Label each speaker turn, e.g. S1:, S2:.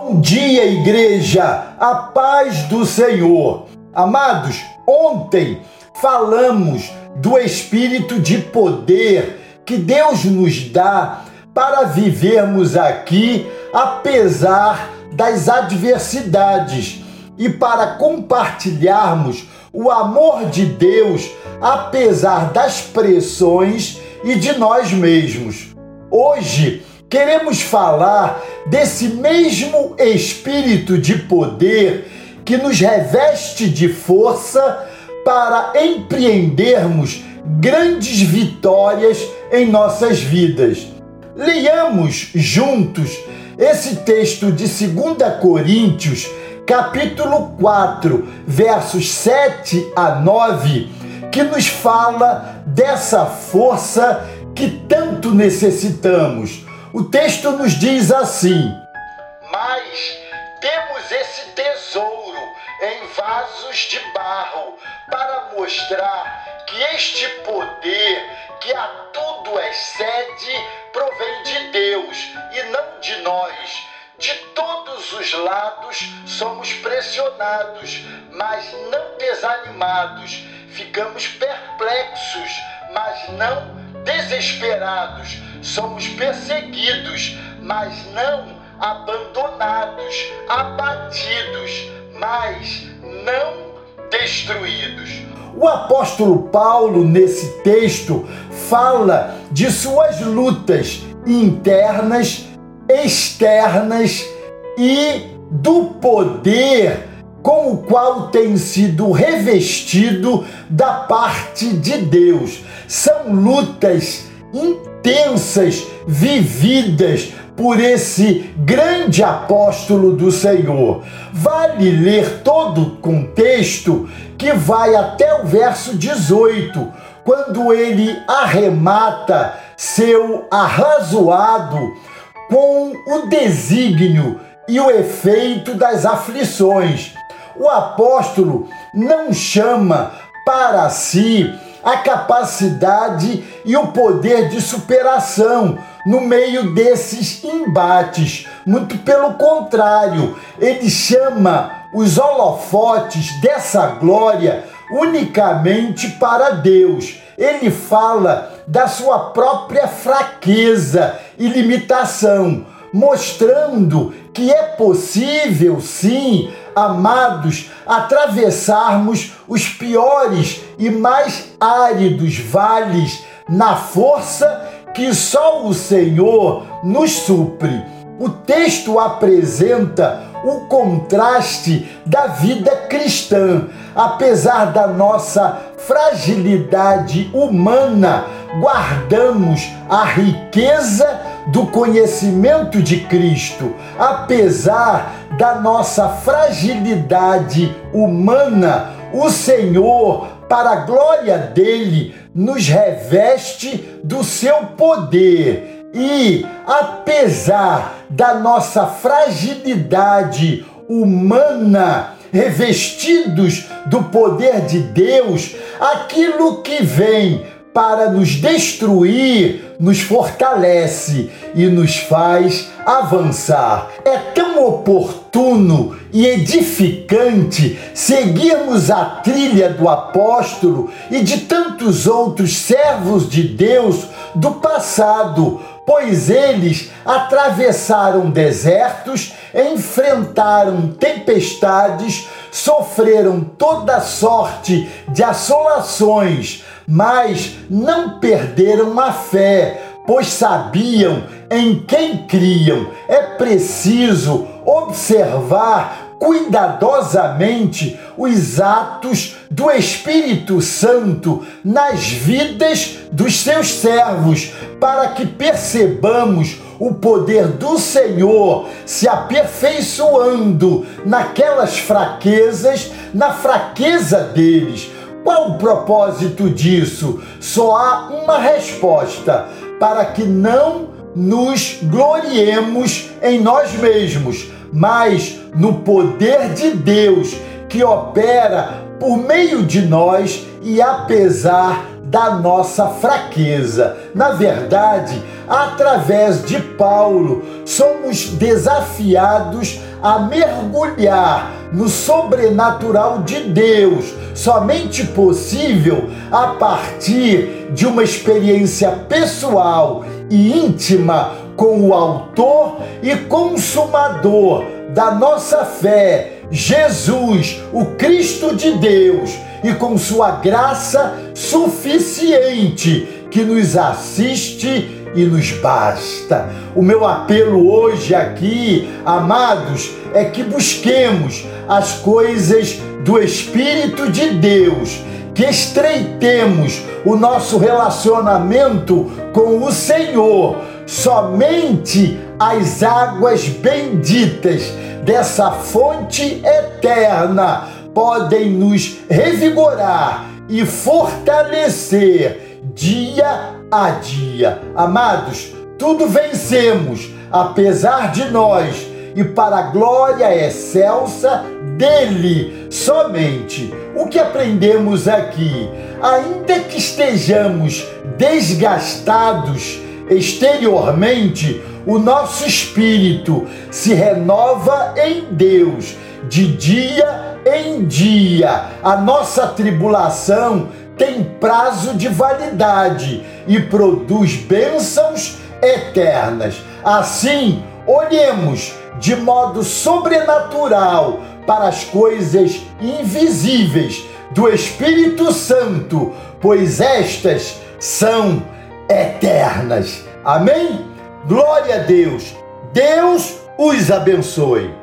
S1: Bom dia, igreja, a paz do Senhor. Amados, ontem falamos do espírito de poder que Deus nos dá para vivermos aqui apesar das adversidades e para compartilharmos o amor de Deus apesar das pressões e de nós mesmos. Hoje queremos falar desse mesmo espírito de poder que nos reveste de força para empreendermos grandes vitórias em nossas vidas. Leiamos juntos esse texto de 2 Coríntios, capítulo 4, versos 7 a 9, que nos fala dessa força que tanto necessitamos. O texto nos diz assim:
S2: Mas temos esse tesouro em vasos de barro para mostrar que este poder que a tudo excede provém de Deus e não de nós. De todos os lados somos pressionados, mas não desanimados. Ficamos perplexos, mas não desesperados. Somos perseguidos, mas não abandonados, abatidos, mas não destruídos.
S1: O apóstolo Paulo, nesse texto, fala de suas lutas internas, externas e do poder com o qual tem sido revestido da parte de Deus. São lutas intensas, vividas por esse grande apóstolo do Senhor. Vale ler todo o contexto que vai até o verso 18, quando ele arremata seu arrazoado com o desígnio e o efeito das aflições. O apóstolo não chama para si a capacidade e o poder de superação no meio desses embates. Muito pelo contrário, ele chama os holofotes dessa glória unicamente para Deus. Ele fala da sua própria fraqueza e limitação, mostrando que é possível, sim, amados, atravessarmos os piores e mais áridos vales na força que só o Senhor nos supre. O texto apresenta o contraste da vida cristã. Apesar da nossa fragilidade humana, guardamos a riqueza do conhecimento de Cristo. Apesar da nossa fragilidade humana, o Senhor, para a glória dele, nos reveste do seu poder. E, apesar da nossa fragilidade humana, revestidos do poder de Deus, aquilo que vem para nos destruir nos fortalece e nos faz avançar. É tão oportuno e edificante seguirmos a trilha do apóstolo e de tantos outros servos de Deus do passado, pois eles atravessaram desertos, enfrentaram tempestades, sofreram toda sorte de assolações, mas não perderam a fé, pois sabiam em quem criam. É preciso observar cuidadosamente os atos do Espírito Santo nas vidas dos seus servos, para que percebamos o poder do Senhor se aperfeiçoando naquelas fraquezas, na fraqueza deles. Qual o propósito disso? Só há uma resposta: para que não nos gloriemos em nós mesmos, mas no poder de Deus que opera por meio de nós e apesar da nossa fraqueza. Na verdade, através de Paulo, somos desafiados a mergulhar no sobrenatural de Deus, somente possível a partir de uma experiência pessoal e íntima com o autor e consumador da nossa fé, Jesus, o Cristo de Deus, e com sua graça suficiente que nos assiste e nos basta. O meu apelo hoje aqui, amados, é que busquemos as coisas do Espírito de Deus, que estreitemos o nosso relacionamento com o Senhor. Somente as águas benditas dessa fonte eterna podem nos revigorar e fortalecer dia a dia. Amados, tudo vencemos, apesar de nós, e para a glória excelsa dele somente. O que aprendemos aqui? Ainda que estejamos desgastados exteriormente, o nosso espírito se renova em Deus de dia em dia. A nossa tribulação tem prazo de validade e produz bênçãos eternas. Assim, olhemos de modo sobrenatural para as coisas invisíveis do Espírito Santo, pois estas são eternas. Amém? Glória a Deus. Deus os abençoe.